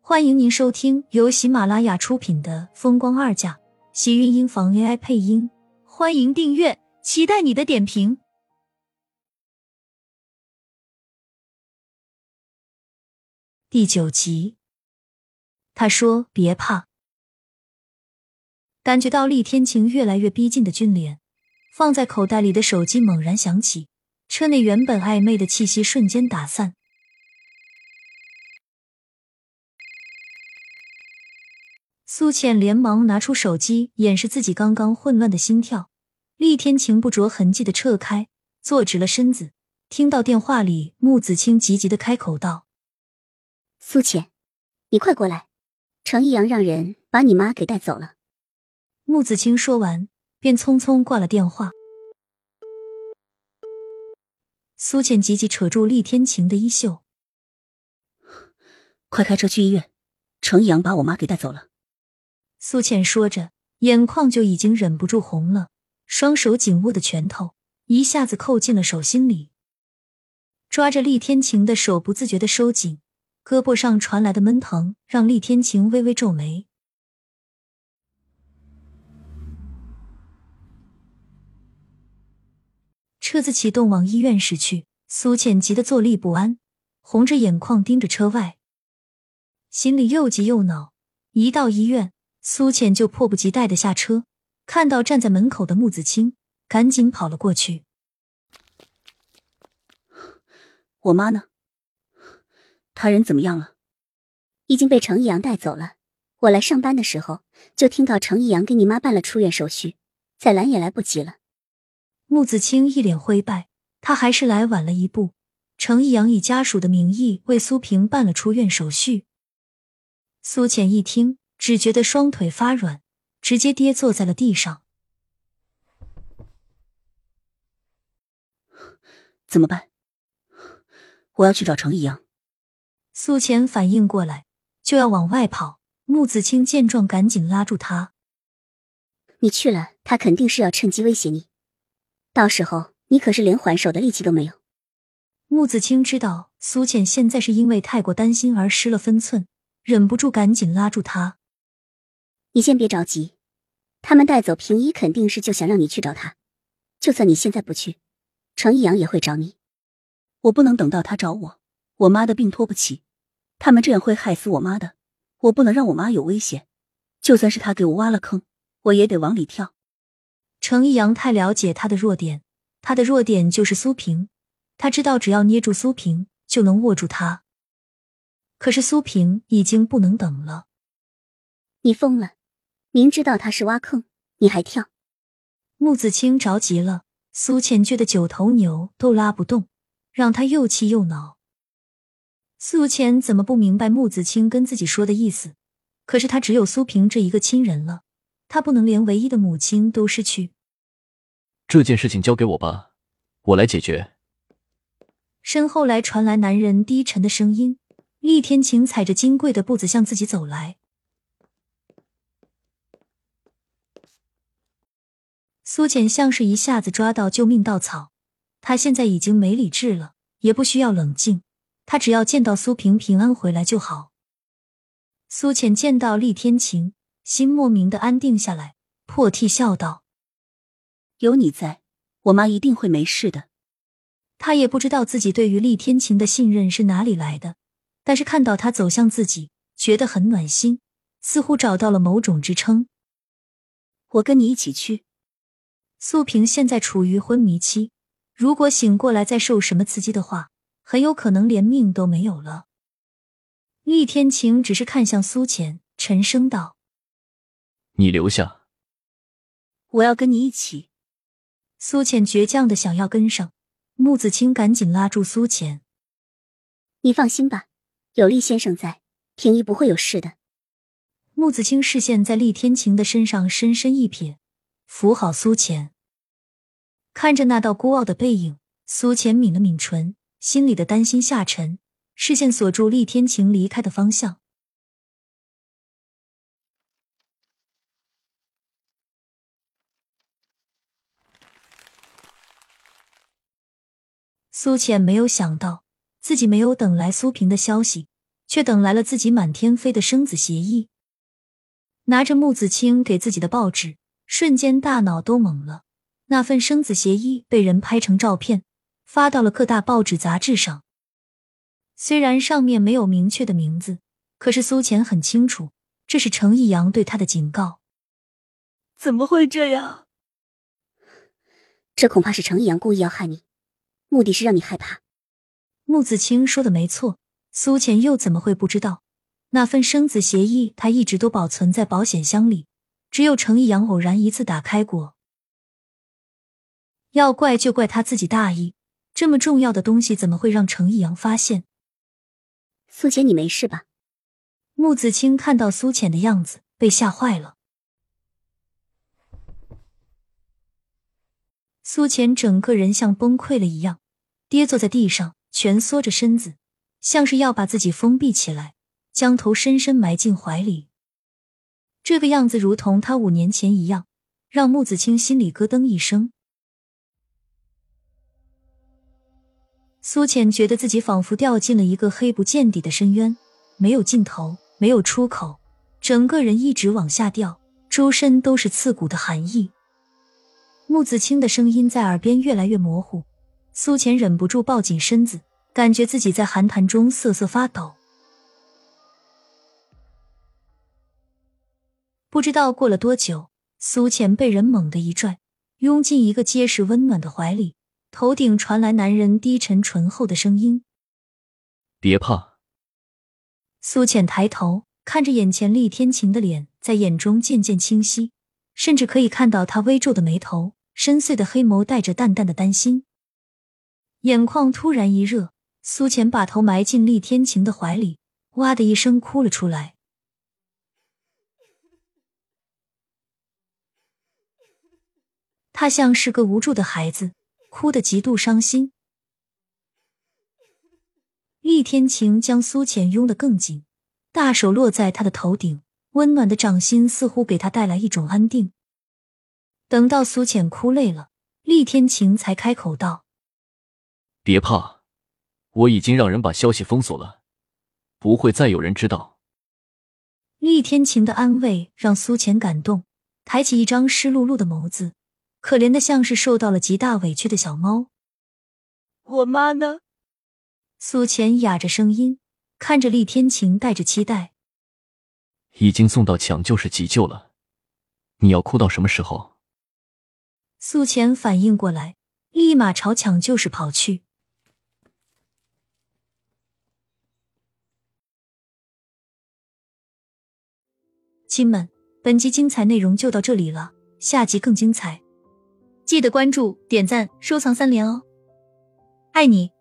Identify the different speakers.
Speaker 1: 欢迎您收听由喜马拉雅出品的《风光二嫁》，喜运音房 AI 配音。欢迎订阅，期待你的点评。第9集，他说别怕。感觉到厉天晴越来越逼近的俊脸，放在口袋里的手机猛然响起，车内原本暧昧的气息瞬间打散。苏浅连忙拿出手机掩饰自己刚刚混乱的心跳，厉天晴不着痕迹地撤开，坐直了身子，听到电话里穆子清急急地开口道：
Speaker 2: 苏浅，你快过来，程逸阳让人把你妈给带走了。
Speaker 1: 穆子清说完便匆匆挂了电话。苏浅急急扯住厉天晴的衣袖：
Speaker 3: 快开车去医院，程逸阳把我妈给带走了。
Speaker 1: 苏浅说着，眼眶就已经忍不住红了，双手紧握的拳头一下子扣进了手心里，抓着厉天晴的手不自觉地收紧，胳膊上传来的闷疼让厉天晴微微皱眉。车子启动往医院驶去，苏浅急得坐立不安，红着眼眶盯着车外，心里又急又恼。一到医院，苏浅就迫不及待地下车，看到站在门口的穆子清，赶紧跑了过去。
Speaker 3: 我妈呢？她人怎么样了？
Speaker 2: 已经被程逸阳带走了。我来上班的时候就听到程逸阳给你妈办了出院手续，再拦也来不及了。
Speaker 1: 穆子清一脸灰败，他还是来晚了一步。程逸阳以家属的名义为苏萍办了出院手续。苏浅一听，只觉得双腿发软，直接跌坐在了地上。
Speaker 3: 怎么办？我要去找程逸阳。
Speaker 1: 苏浅反应过来，就要往外跑。穆子清见状赶紧拉住他：
Speaker 2: 你去了，他肯定是要趁机威胁你，到时候你可是连还手的力气都没有。
Speaker 1: 穆子清知道苏浅现在是因为太过担心而失了分寸，忍不住赶紧拉住他：
Speaker 2: 你先别着急，他们带走平一肯定是就想让你去找他，就算你现在不去，程逸阳也会找你。
Speaker 3: 我不能等到他找我，我妈的病拖不起，他们这样会害死我妈的，我不能让我妈有危险，就算是他给我挖了坑，我也得往里跳。
Speaker 1: 程逸阳太了解他的弱点，他的弱点就是苏萍，他知道只要捏住苏萍就能握住她。可是苏萍已经不能等了。
Speaker 2: 你疯了，明知道他是挖坑你还跳。
Speaker 1: 穆子清着急了，苏浅觉得9头牛都拉不动，让他又气又恼。苏浅怎么不明白穆子清跟自己说的意思？可是他只有苏萍这一个亲人了，他不能连唯一的母亲都失去。
Speaker 4: 这件事情交给我吧，我来解决。
Speaker 1: 身后来传来男人低沉的声音，厉天晴踩着金贵的步子向自己走来。苏浅像是一下子抓到救命稻草，他现在已经没理智了，也不需要冷静，他只要见到苏萍平安回来就好。苏浅见到厉天晴，心莫名的安定下来，破涕笑道：
Speaker 3: 有你在，我妈一定会没事的。
Speaker 1: 他也不知道自己对于厉天晴的信任是哪里来的，但是看到他走向自己，觉得很暖心，似乎找到了某种支撑。
Speaker 3: 我跟你一起去。
Speaker 1: 苏萍现在处于昏迷期，如果醒过来再受什么刺激的话，很有可能连命都没有了。厉天晴只是看向苏浅，沉声道：
Speaker 4: 你留下。
Speaker 3: 我要跟你一起。
Speaker 1: 苏浅倔强的想要跟上，穆子清赶紧拉住苏浅：
Speaker 2: 你放心吧，有厉先生在，平一不会有事的。
Speaker 1: 穆子清视线在厉天晴的身上深深一瞥，扶好苏浅。看着那道孤傲的背影，苏浅抿了抿唇，心里的担心下沉，视线锁住厉天晴离开的方向。苏浅没有想到，自己没有等来苏萍的消息， 却等来了自己满天飞的生子协议。拿着穆子清给自己的报纸，瞬间大脑都懵了。那份生子协议被人拍成照片，发到了各大报纸杂志上。虽然上面没有明确的名字，可是苏浅很清楚，这是程逸阳对他的警告。
Speaker 3: 怎么会这样？
Speaker 2: 这恐怕是程逸阳故意要害你，目的是让你害怕。
Speaker 1: 穆子清说的没错，苏浅又怎么会不知道？那份生子协议他一直都保存在保险箱里，只有程逸阳偶然一次打开过。要怪就怪他自己大意，这么重要的东西怎么会让程逸阳发现？
Speaker 2: 苏浅，你没事吧？
Speaker 1: 穆子清看到苏浅的样子，被吓坏了。苏浅整个人像崩溃了一样，跌坐在地上，蜷缩着身子，像是要把自己封闭起来，将头深深埋进怀里。这个样子如同他5年前一样，让穆子清心里咯噔一声。苏浅觉得自己仿佛掉进了一个黑不见底的深渊，没有尽头，没有出口，整个人一直往下掉，周身都是刺骨的寒意。穆子清的声音在耳边越来越模糊，苏浅忍不住抱紧身子，感觉自己在寒潭中瑟瑟发抖。不知道过了多久，苏浅被人猛地一拽，拥进一个结实温暖的怀里，头顶传来男人低沉醇厚的声音：
Speaker 4: 别怕。
Speaker 1: 苏浅抬头看着眼前厉天晴的脸，在眼中渐渐清晰，甚至可以看到他微皱的眉头，深邃的黑眸带着淡淡的担心。眼眶突然一热，苏浅把头埋进厉天晴的怀里，哇的一声哭了出来。他像是个无助的孩子，哭得极度伤心。厉天晴将苏浅拥得更紧，大手落在他的头顶，温暖的掌心似乎给他带来一种安定。等到苏浅哭累了，厉天晴才开口道：
Speaker 4: 别怕，我已经让人把消息封锁了，不会再有人知道。
Speaker 1: 厉天晴的安慰让苏浅感动，抬起一张湿漉漉的眸子，可怜的像是受到了极大委屈的小猫。
Speaker 3: 我妈呢？
Speaker 1: 苏浅哑着声音看着厉天晴，带着期待：
Speaker 4: 已经送到抢救室急救了，你要哭到什么时候？
Speaker 1: 苏浅反应过来，立马朝抢救室跑去。亲们，本集精彩内容就到这里了，下集更精彩，记得关注、点赞、收藏3连哦！爱你。